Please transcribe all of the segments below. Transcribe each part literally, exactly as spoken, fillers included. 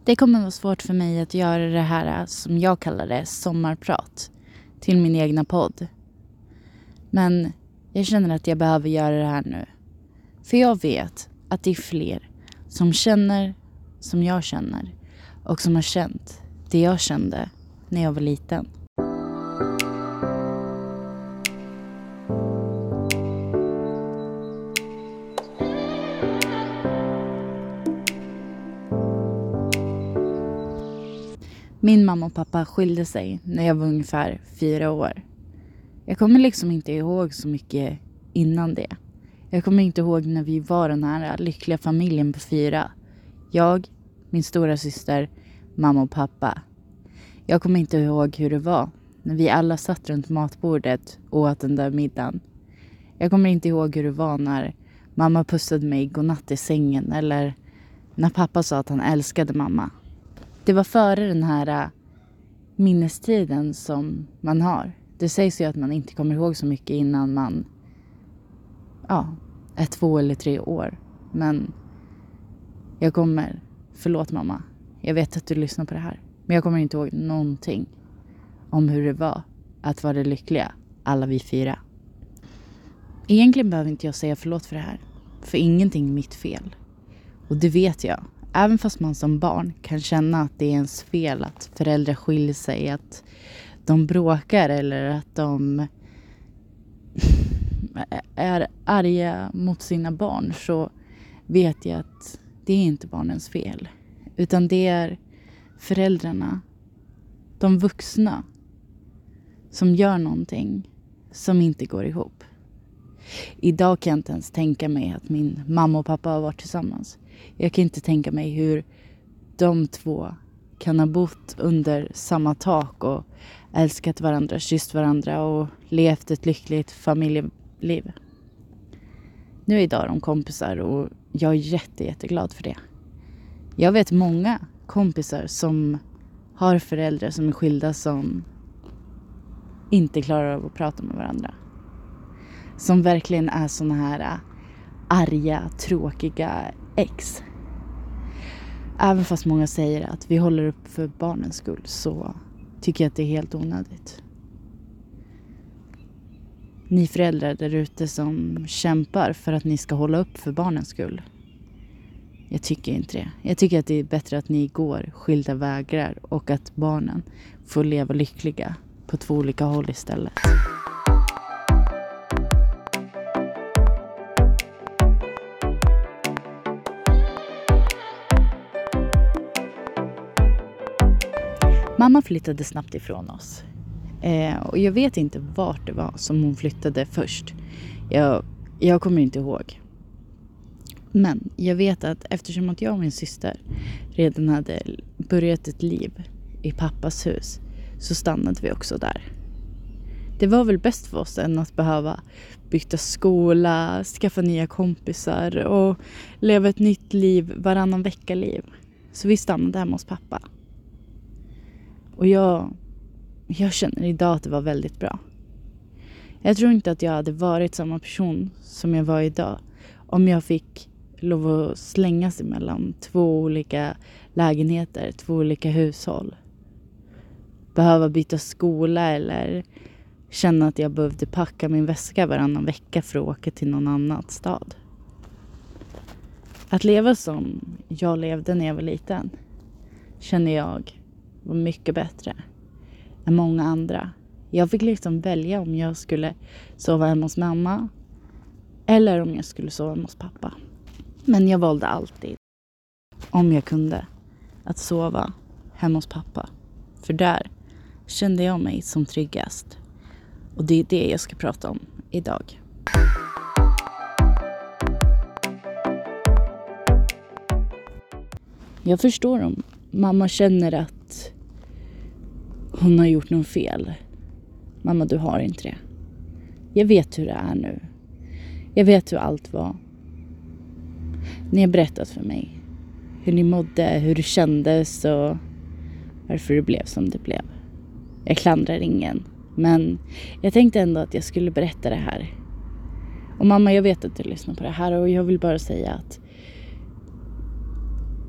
Det kommer vara svårt för mig att göra det här som jag kallar det sommarprat till min egna podd. Men jag känner att jag behöver göra det här nu. För jag vet att det är fler som känner som jag känner och som har känt det jag kände när jag var liten. Min mamma och pappa skilde sig när jag var ungefär fyra år. Jag kommer liksom inte ihåg så mycket innan det. Jag kommer inte ihåg när vi var den här lyckliga familjen på fyra. Jag, min stora syster, mamma och pappa. Jag kommer inte ihåg hur det var när vi alla satt runt matbordet och åt den där middagen. Jag kommer inte ihåg hur det var när mamma pussade mig godnatt i sängen eller när pappa sa att han älskade mamma. Det var före den här minnestiden som man har. Det sägs ju att man inte kommer ihåg så mycket innan man ja, är två eller tre år. Men jag kommer, förlåt mamma, jag vet att du lyssnar på det här. Men jag kommer inte ihåg någonting om hur det var att vara lyckliga, alla vi fyra. Egentligen behöver inte jag säga förlåt för det här. För ingenting är mitt fel. Och det vet jag. Även fast man som barn kan känna att det är ens fel att föräldrar skiljer sig, att de bråkar eller att de är arga mot sina barn, så vet jag att det är inte barnens fel. Utan det är föräldrarna, de vuxna, som gör någonting som inte går ihop. Idag kan jag inte ens tänka mig att min mamma och pappa har varit tillsammans. Jag kan inte tänka mig hur de två kan ha bott under samma tak och älskat varandra, kysst varandra och levt ett lyckligt familjeliv. Nu är idag de kompisar och jag är jätte, jätteglad för det. Jag vet många kompisar som har föräldrar som är skilda som inte klarar av att prata med varandra. Som verkligen är såna här arga, tråkiga ex. Även fast många säger att vi håller upp för barnens skull, så tycker jag att det är helt onödigt. Ni föräldrar där ute som kämpar för att ni ska hålla upp för barnens skull. Jag tycker inte det. Jag tycker att det är bättre att ni går skilda vägar och att barnen får leva lyckliga på två olika håll istället. Mamma flyttade snabbt ifrån oss. Eh, och jag vet inte vart det var som hon flyttade först. Jag, jag kommer inte ihåg. Men jag vet att eftersom att jag och min syster redan hade börjat ett liv i pappas hus, så stannade vi också där. Det var väl bäst för oss än att behöva byta skola, skaffa nya kompisar och leva ett nytt liv, varannan vecka-liv. Så vi stannade hemma hos pappa. Och jag, jag känner idag att det var väldigt bra. Jag tror inte att jag hade varit samma person som jag var idag om jag fick lov att slängas mellan två olika lägenheter, två olika hushåll. Behöva byta skola eller känna att jag behövde packa min väska varannan vecka för att åka till någon annan stad. Att leva som jag levde när jag var liten känner jag var mycket bättre än många andra. Jag fick liksom välja om jag skulle sova hemma hos mamma eller om jag skulle sova hemma hos pappa. Men jag valde alltid, om jag kunde, att sova hemma hos pappa. För där kände jag mig som tryggast. Och det är det jag ska prata om idag. Jag förstår om mamma känner att hon har gjort något fel. Mamma, du har inte det. Jag vet hur det är nu. Jag vet hur allt var. Ni har berättat för mig hur ni mådde, hur det kändes och varför det blev som det blev. Jag klandrar ingen, men jag tänkte ändå att jag skulle berätta det här. Och mamma, jag vet att du lyssnar på det här och jag vill bara säga att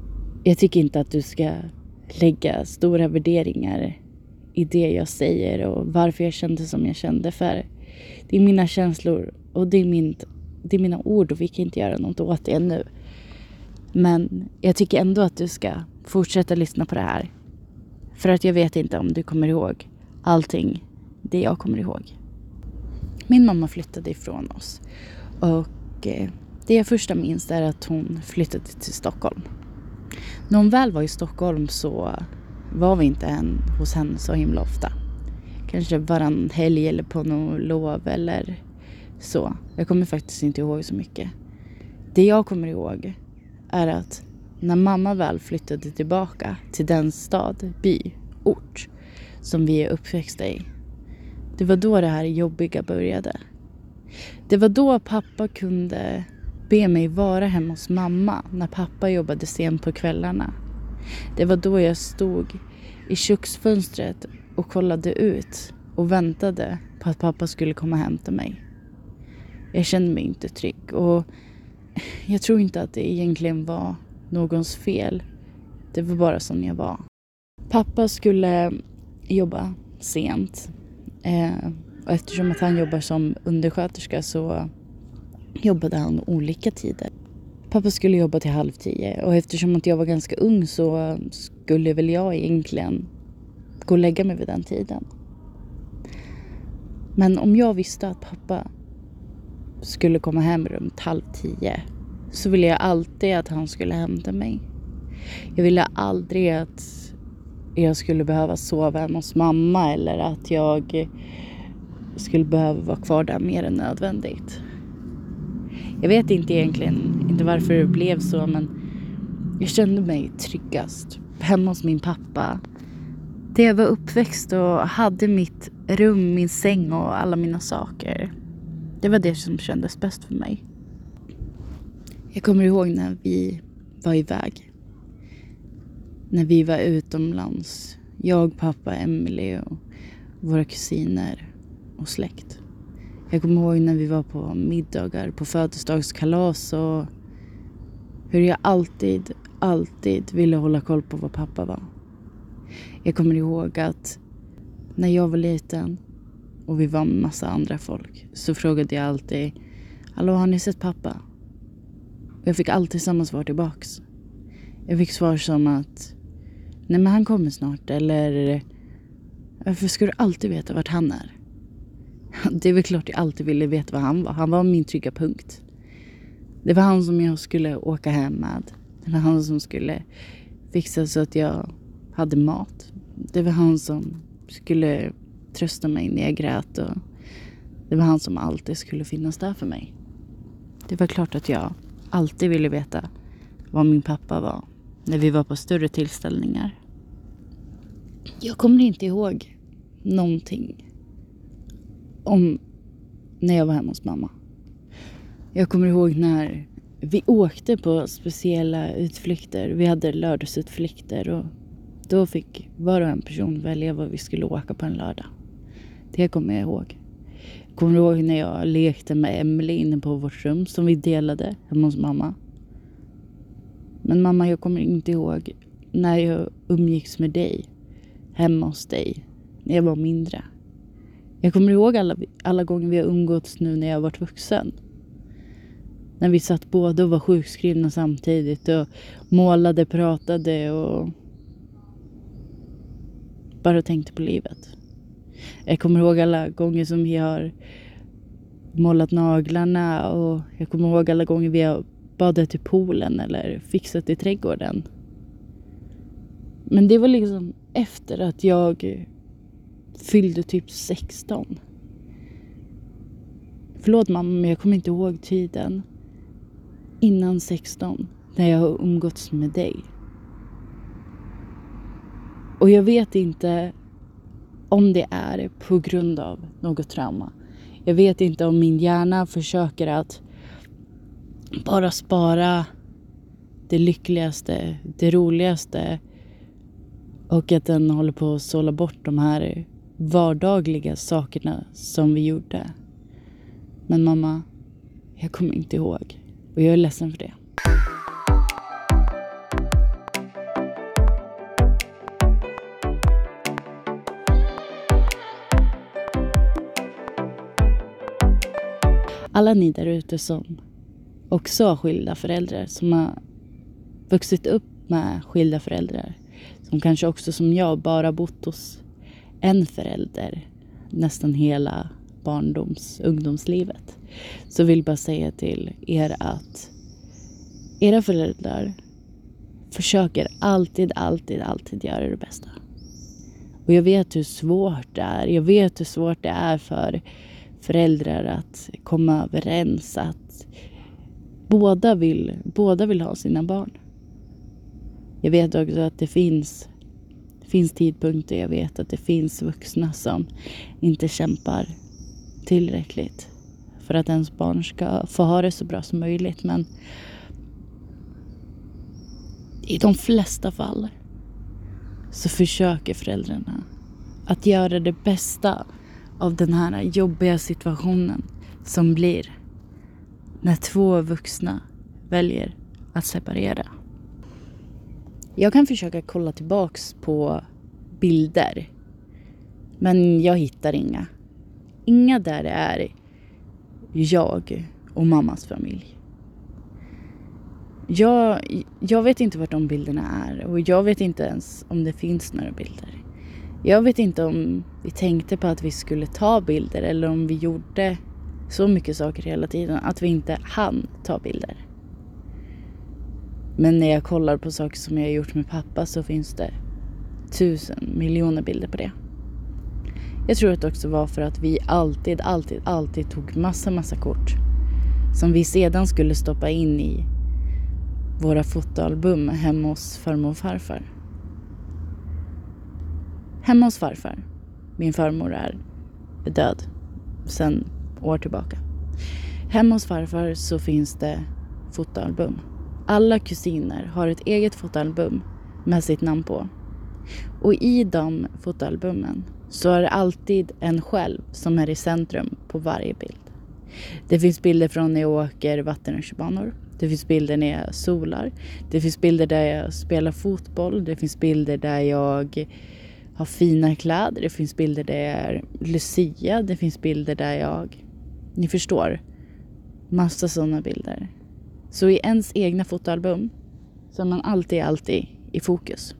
Jag tycker inte att du ska lägga stora värderingar i det jag säger och varför jag kände som jag kände. För det är mina känslor och det är, min, det är mina ord och vi kan inte göra något åt det nu. Men jag tycker ändå att du ska fortsätta lyssna på det här. För att jag vet inte om du kommer ihåg allting det jag kommer ihåg. Min mamma flyttade ifrån oss. Och eh, det jag första minns är att hon flyttade till Stockholm. När hon väl var i Stockholm så var vi inte än hos henne så himla ofta. Kanske varann helg eller på någon lov eller så. Jag kommer faktiskt inte ihåg så mycket. Det jag kommer ihåg är att när mamma väl flyttade tillbaka till den stad, by, ort som vi är uppväxta i. Det var då det här jobbiga började. Det var då pappa kunde be mig vara hemma hos mamma när pappa jobbade sent på kvällarna. Det var då jag stod i köksfönstret och kollade ut och väntade på att pappa skulle komma hem till mig. Jag kände mig inte trygg och jag tror inte att det egentligen var någons fel. Det var bara som jag var. Pappa skulle jobba sent. Eh, och eftersom att han jobbar som undersköterska så jobbade han olika tider. Pappa skulle jobba till halv tio. Och eftersom att jag var ganska ung så skulle väl jag egentligen gå och lägga mig vid den tiden. Men om jag visste att pappa skulle komma hem runt halv tio så ville jag alltid att han skulle hämta mig. Jag ville aldrig att jag skulle behöva sova hemma hos mamma eller att jag skulle behöva vara kvar där mer än nödvändigt. Jag vet inte egentligen inte varför det blev så, men jag kände mig tryggast hemma hos min pappa. Där jag var uppväxt och hade mitt rum, min säng och alla mina saker. Det var det som kändes bäst för mig. Jag kommer ihåg när vi var iväg. När vi var utomlands. Jag, pappa, Emily och våra kusiner och släkt. Jag kommer ihåg när vi var på middagar, på födelsedagskalas och hur jag alltid, alltid ville hålla koll på vad pappa var. Jag kommer ihåg att när jag var liten och vi var med massa andra folk så frågade jag alltid: hallå, har ni sett pappa? Och jag fick alltid samma svar tillbaks. Jag fick svar som att nej, men han kommer snart. Eller varför ska du alltid veta vart han är? Det är väl klart jag alltid ville veta vad han var. Han var min trygga punkt. Det var han som jag skulle åka hem med. Det var han som skulle fixa så att jag hade mat. Det var han som skulle trösta mig när jag grät. Och det var han som alltid skulle finnas där för mig. Det var klart att jag alltid ville veta vad min pappa var när vi var på större tillställningar. Jag kommer inte ihåg någonting om när jag var hemma hos mamma. Jag kommer ihåg när vi åkte på speciella utflykter. Vi hade lördagsutflykter och då fick var och en person välja vad vi skulle åka på en lördag. Det kommer jag ihåg. Jag kommer ihåg när jag lekte med Emily inne på vårt rum som vi delade hemma hos mamma. Men mamma, jag kommer inte ihåg när jag umgicks med dig hemma hos dig när jag var mindre. Jag kommer ihåg alla, alla gånger vi har umgåtts nu när jag har varit vuxen. När vi satt båda och var sjukskrivna samtidigt och målade, pratade och bara tänkte på livet. Jag kommer ihåg alla gånger som vi har målat naglarna och jag kommer ihåg alla gånger vi har badat i poolen eller fixat i trädgården. Men det var liksom efter att jag fyllde typ sexton. Förlåt mamma, men jag kommer inte ihåg tiden innan sexton när jag har umgåtts med dig. Och jag vet inte om det är på grund av något trauma. Jag vet inte om min hjärna försöker att bara spara det lyckligaste, det roligaste och att den håller på att sålla bort de här vardagliga sakerna som vi gjorde. Men mamma, jag kommer inte ihåg och jag är ledsen för det. Alla ni där ute som också har skilda föräldrar, som har vuxit upp med skilda föräldrar, som kanske också som jag bara bott hos en förälder nästan hela barndoms- ungdomslivet, så vill bara säga till er att era föräldrar försöker alltid, alltid, alltid göra det bästa. Och jag vet hur svårt det är. Jag vet hur svårt det är för föräldrar att komma överens, att båda vill, båda vill ha sina barn. Jag vet också att det finns, finns tidpunkter, jag vet att det finns vuxna som inte kämpar tillräckligt för att ens barn ska få ha det så bra som möjligt. Men i de flesta fall så försöker föräldrarna att göra det bästa av den här jobbiga situationen som blir när två vuxna väljer att separera. Jag kan försöka kolla tillbaks på bilder, men jag hittar inga. Inga där det är jag och mammas familj. Jag, jag vet inte vart de bilderna är, och jag vet inte ens om det finns några bilder. Jag vet inte om vi tänkte på att vi skulle ta bilder eller om vi gjorde så mycket saker hela tiden att vi inte hann ta bilder. Men när jag kollar på saker som jag har gjort med pappa så finns det tusen miljoner bilder på det. Jag tror att det också var för att vi alltid, alltid, alltid tog massa, massa kort som vi sedan skulle stoppa in i våra fotoalbum hemma hos farmor och farfar. Hemma hos farfar. Min farmor är död sedan år tillbaka. Hemma hos farfar så finns det fotoalbum. Alla kusiner har ett eget fotoalbum med sitt namn på. Och i de fotoalbumen så är det alltid en själv som är i centrum på varje bild. Det finns bilder från när jag åker vattenrutschbanor. Det finns bilder när jag solar. Det finns bilder där jag spelar fotboll. Det finns bilder där jag har fina kläder. Det finns bilder där jag är Lucia. Det finns bilder där jag... Ni förstår. Massa sådana bilder. Så i ens egna fotoalbum så är man alltid, alltid i fokus.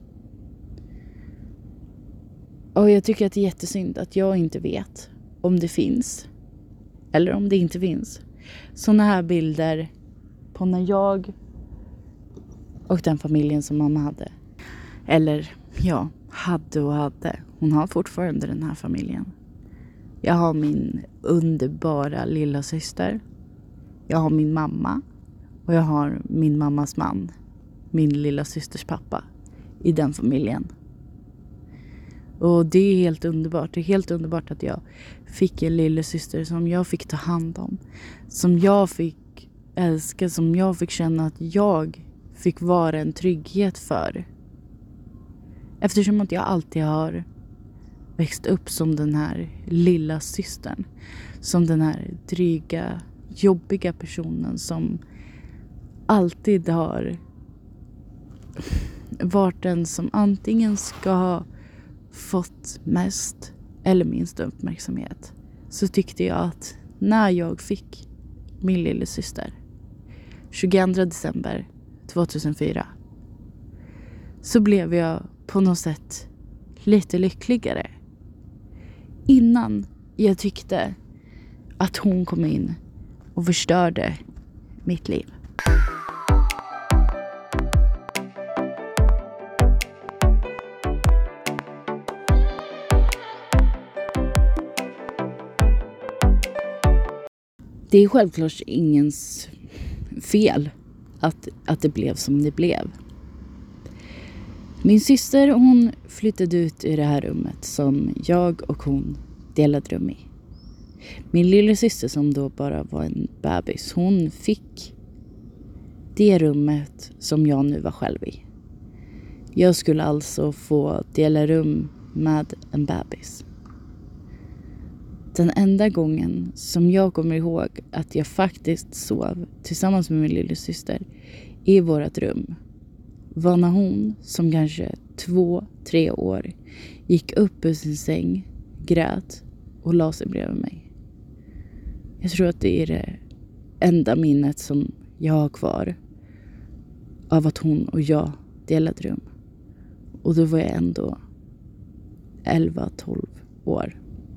Och jag tycker att det är jättesynd att jag inte vet om det finns. Eller om det inte finns. Sådana här bilder på när jag och den familjen som mamma hade. Eller ja, hade och hade. Hon har fortfarande den här familjen. Jag har min underbara lilla syster. Jag har min mamma. Och jag har min mammas man. Min lilla systers pappa. I den familjen. Och det är helt underbart. Det är helt underbart att jag fick en lilla syster som jag fick ta hand om. Som jag fick älska. Som jag fick känna att jag fick vara en trygghet för. Eftersom att jag alltid har växt upp som den här lilla systern. Som den här dryga, jobbiga personen som alltid har varit den som antingen ska ha fått mest eller minst uppmärksamhet. Så tyckte jag att när jag fick min lilla syster tjugoandra december tvåtusenfyra så blev jag på något sätt lite lyckligare. Innan jag tyckte att hon kom in och förstörde mitt liv. Det är självklart ingens fel att, att det blev som det blev. Min syster, hon flyttade ut i det här rummet som jag och hon delade rum i. Min lilla syster som då bara var en bebis, hon fick det rummet som jag nu var själv i. Jag skulle alltså få dela rum med en bebis. Den enda gången som jag kommer ihåg att jag faktiskt sov tillsammans med min lilla syster i vårt rum var när hon som kanske två, tre år gick upp ur sin säng, grät och la sig bredvid mig. Jag tror att det är det enda minnet som jag har kvar av att hon och jag delade rum. Och då var jag ändå elva tolv år.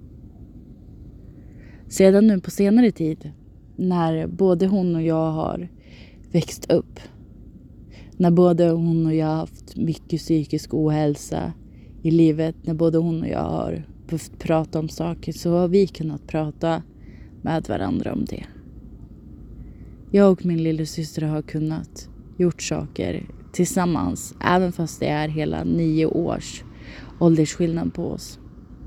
Sedan nu på senare tid, när både hon och jag har växt upp, när både hon och jag har haft mycket psykisk ohälsa i livet, när både hon och jag har behövt prata om saker, så har vi kunnat prata med varandra om det. Jag och min lilla syster har kunnat gjort saker tillsammans, även fast det är hela nio års åldersskillnad på oss.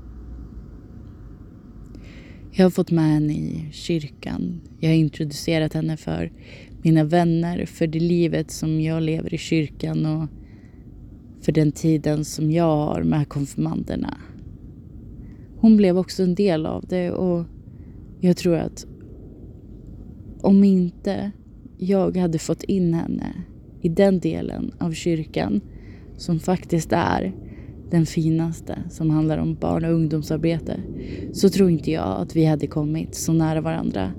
Jag har fått med henne i kyrkan. Jag har introducerat henne för mina vänner, för det livet som jag lever i kyrkan och för den tiden som jag har med konfirmanderna. Hon blev också en del av det, och jag tror att om inte jag hade fått in henne i den delen av kyrkan som faktiskt är den finaste, som handlar om barn- och ungdomsarbete, så tror inte jag att vi hade kommit så nära varandra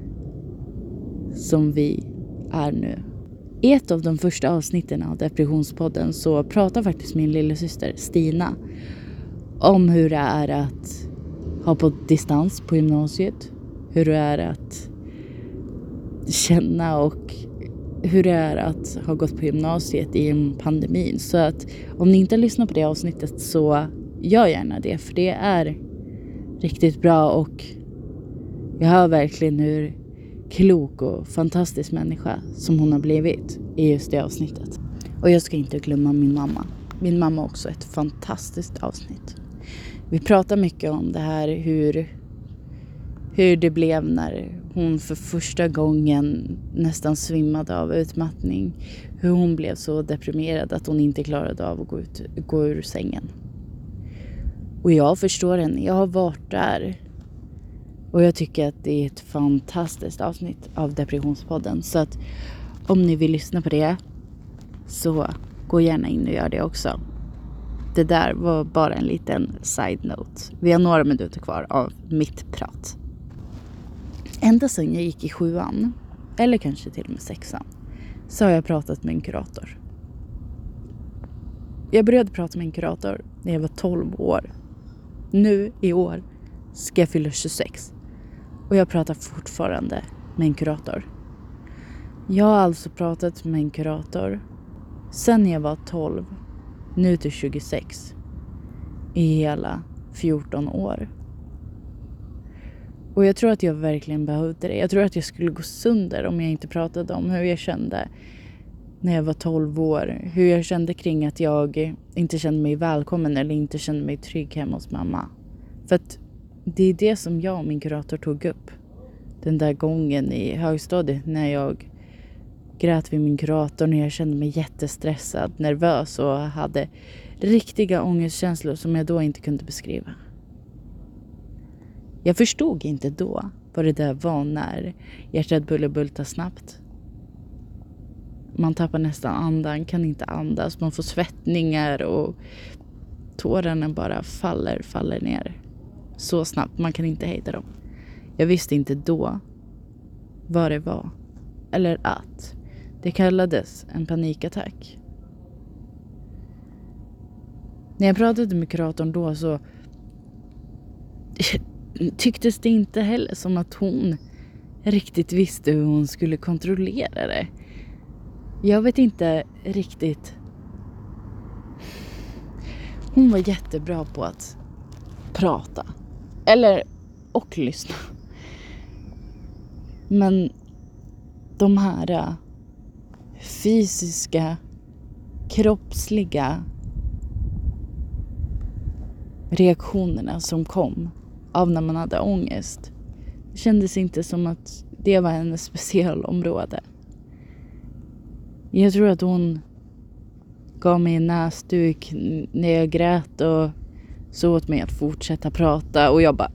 som vi är nu. I ett av de första avsnitten av Depressionspodden så pratar faktiskt min lilla syster Stina om hur det är att ha på distans på gymnasiet, hur det är att känna och hur det är att ha gått på gymnasiet i en pandemin. Så att om ni inte lyssnar på det avsnittet, så gör gärna det, för det är riktigt bra, och jag hör verkligen hur klok och fantastisk människa som hon har blivit i just det avsnittet. Och jag ska inte glömma min mamma. Min mamma är också ett fantastiskt avsnitt. Vi pratar mycket om det här, hur, hur det blev när hon för första gången nästan svimmade av utmattning. Hur hon blev så deprimerad att hon inte klarade av att gå, ut, gå ur sängen. Och jag förstår henne. Jag har varit där. Och jag tycker att det är ett fantastiskt avsnitt av Depressionspodden. Så att om ni vill lyssna på det, så gå gärna in och gör det också. Det där var bara en liten side note. Vi har några minuter kvar av mitt prat. Ända sedan jag gick i sjuan, eller kanske till och med sexan, så har jag pratat med en kurator. Jag började prata med en kurator när jag var tolv år. Nu i år ska jag fylla tjugosex. Och jag pratar fortfarande med en kurator. Jag har alltså pratat med en kurator sedan jag var tolv, nu till tjugosex, i hela fjorton år. Och jag tror att jag verkligen behövde det. Jag tror att jag skulle gå sönder om jag inte pratade om hur jag kände när jag var tolv år. Hur jag kände kring att jag inte kände mig välkommen eller inte kände mig trygg hemma hos mamma. För att det är det som jag och min kurator tog upp den där gången i högstadiet, när jag grät vid min kurator, när jag kände mig jättestressad, nervös och hade riktiga ångestkänslor som jag då inte kunde beskriva. Jag förstod inte då vad det där var när hjärtat bultar snabbt. Man tappar nästan andan, kan inte andas, man får svettningar och tårarna bara faller, faller ner. Så snabbt, man kan inte hejda dem. Jag visste inte då vad det var. Eller att det kallades en panikattack. När jag pratade med kuratorn då, så tycktes det inte heller som att hon riktigt visste hur hon skulle kontrollera det. Jag vet inte riktigt. Hon var jättebra på att prata. Eller och lyssna. Men de här fysiska, kroppsliga reaktionerna som kom av när man hade ångest, det kändes inte som att det var hennes specialområde. Jag tror att hon gav mig en näsduk när jag grät och så åt mig att fortsätta prata, och jag bara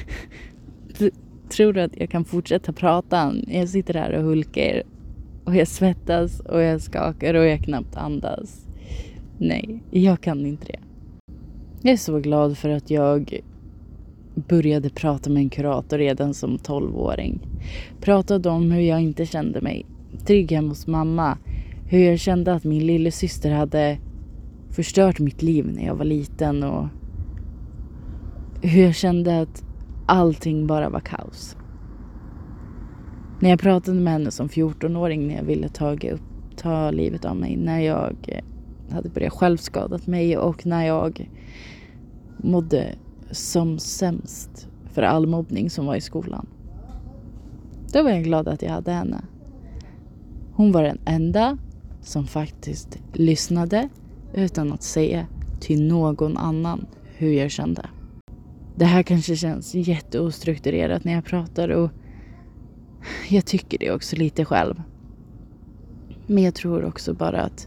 tror du att jag kan fortsätta prata? Jag sitter där och hulkar och jag svettas och jag skakar och jag knappt andas. Nej, jag kan inte det. Jag är så glad för att jag började prata med en kurator redan som tolvåring. Pratade om hur jag inte kände mig trygg hemma hos mamma. Hur jag kände att min lillasyster hade förstört mitt liv när jag var liten. Och hur jag kände att allting bara var kaos. När jag pratade med henne som fjortonåring när jag ville ta, upp, ta livet av mig. När jag hade börjat självskadat mig och när jag mådde som sämst för all mobbning som var i skolan. Då var jag glad att jag hade henne. Hon var den enda som faktiskt lyssnade utan att säga till någon annan hur jag kände. Det här kanske känns jätteostrukturerat när jag pratar och jag tycker det också lite själv. Men jag tror också bara att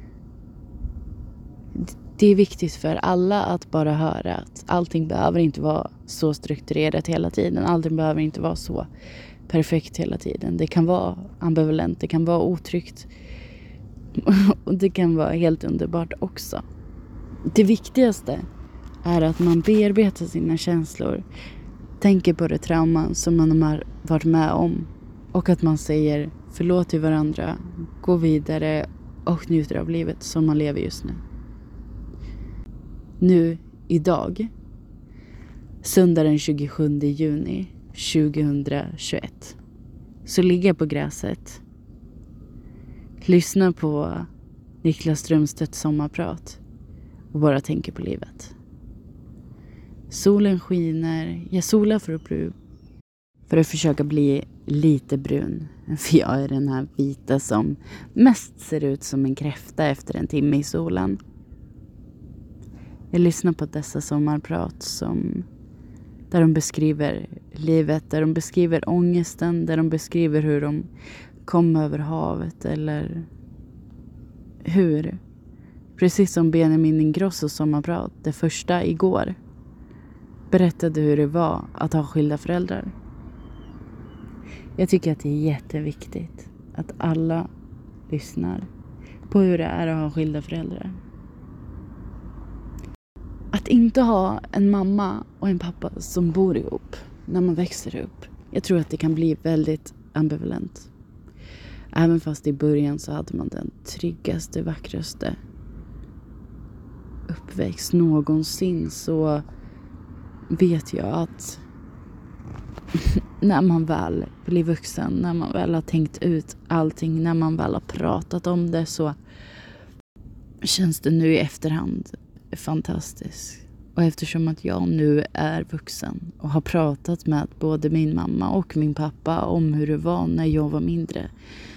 det är viktigt för alla att bara höra att allting behöver inte vara så strukturerat hela tiden. Allting behöver inte vara så perfekt hela tiden. Det kan vara ambivalent, det kan vara otryggt. Och det kan vara helt underbart också. Det viktigaste är att man bearbetar sina känslor. Tänker på det trauman som man har varit med om. Och att man säger förlåt till varandra. Går vidare och njuter av livet som man lever just nu. Nu, idag. Söndag den tjugosjunde juni tjugohundratjugoett. Så ligger jag på gräset. Lyssnar på Niklas Strömstedts sommarprat. Och bara tänker på livet. Solen skiner. Jag solar för att, bli, för att försöka bli lite brun. För jag är den här vita som mest ser ut som en kräfta efter en timme i solen. Jag lyssnar på dessa sommarprat som, där de beskriver livet. Där de beskriver ångesten. Där de beskriver hur de kom över havet. Eller hur. Precis som Benjamin Ingrossos sommarprat. Det första igår. Berättade hur det var att ha skilda föräldrar. Jag tycker att det är jätteviktigt att alla lyssnar på hur det är att ha skilda föräldrar. Att inte ha en mamma och en pappa som bor ihop när man växer upp. Jag tror att det kan bli väldigt ambivalent. Även fast i början så hade man den tryggaste, vackraste uppväxt någonsin, så vet jag att när man väl blir vuxen, när man väl har tänkt ut allting, när man väl har pratat om det, så känns det nu i efterhand fantastiskt. Och eftersom att jag nu är vuxen och har pratat med både min mamma och min pappa om hur det var när jag var mindre,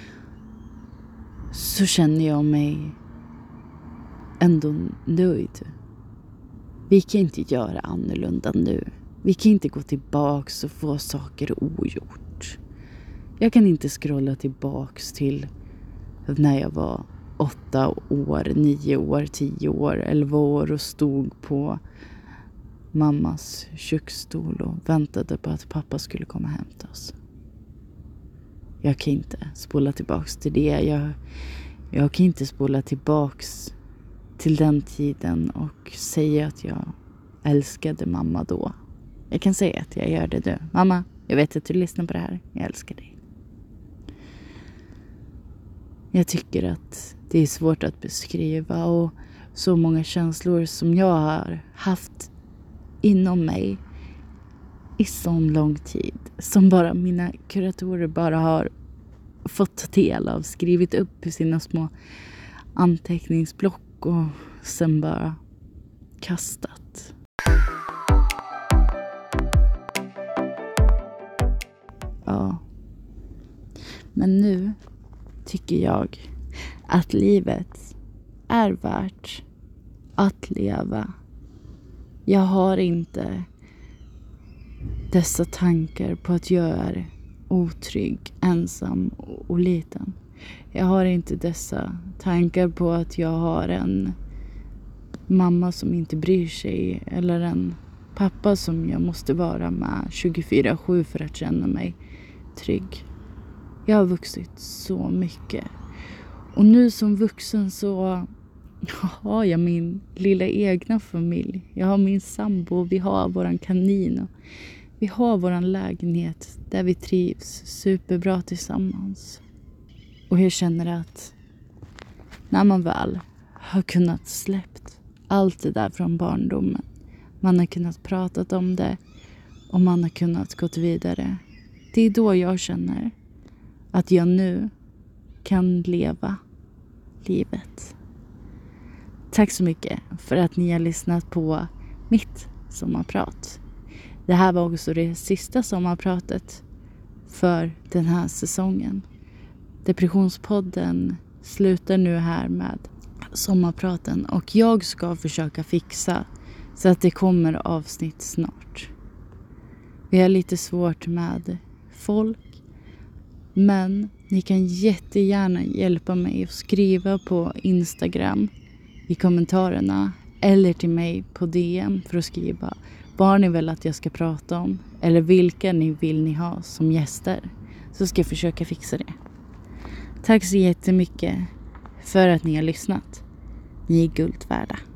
så känner jag mig ändå nöjd. Vi kan inte göra annorlunda nu. Vi kan inte gå tillbaks och få saker ogjort. Jag kan inte scrolla tillbaks till när jag var åtta år, nio år, tio år, elva år och stod på mammas köksstol och väntade på att pappa skulle komma och hämta oss. Jag kan inte spola tillbaks till det. Jag, jag kan inte spola tillbaks till den tiden och säga att jag älskade mamma då. Jag kan säga att jag gör det nu. Mamma, jag vet att du lyssnar på det här. Jag älskar dig. Jag tycker att det är svårt att beskriva, och så många känslor som jag har haft inom mig i sån lång tid, som bara mina kuratorer bara har fått ta del av, skrivit upp i sina små anteckningsblock och sen bara kastat. Ja. Men nu tycker jag att livet är värt att leva. Jag har inte dessa tankar på att jag är otrygg, ensam och liten. Jag har inte dessa tankar på att jag har en mamma som inte bryr sig, eller en pappa som jag måste vara med tjugofyra sju för att känna mig trygg. Jag har vuxit så mycket. Och nu som vuxen så har jag min lilla egna familj. Jag har min sambo, vi har våran kanin och vi har våran lägenhet där vi trivs superbra tillsammans. Och jag känner att när man väl har kunnat släppt allt det där från barndomen, man har kunnat prata om det och man har kunnat gå vidare. Det är då jag känner att jag nu kan leva livet. Tack så mycket för att ni har lyssnat på mitt sommarprat. Det här var också det sista sommarpratet för den här säsongen. Depressionspodden slutar nu här med sommarpraten och jag ska försöka fixa så att det kommer avsnitt snart. Vi har lite svårt med folk, men ni kan jättegärna hjälpa mig att skriva på Instagram i kommentarerna eller till mig på D M för att skriva vad ni vill att jag ska prata om eller vilka ni vill ni ha som gäster, så ska jag försöka fixa det. Tack så jättemycket för att ni har lyssnat. Ni är guld värda.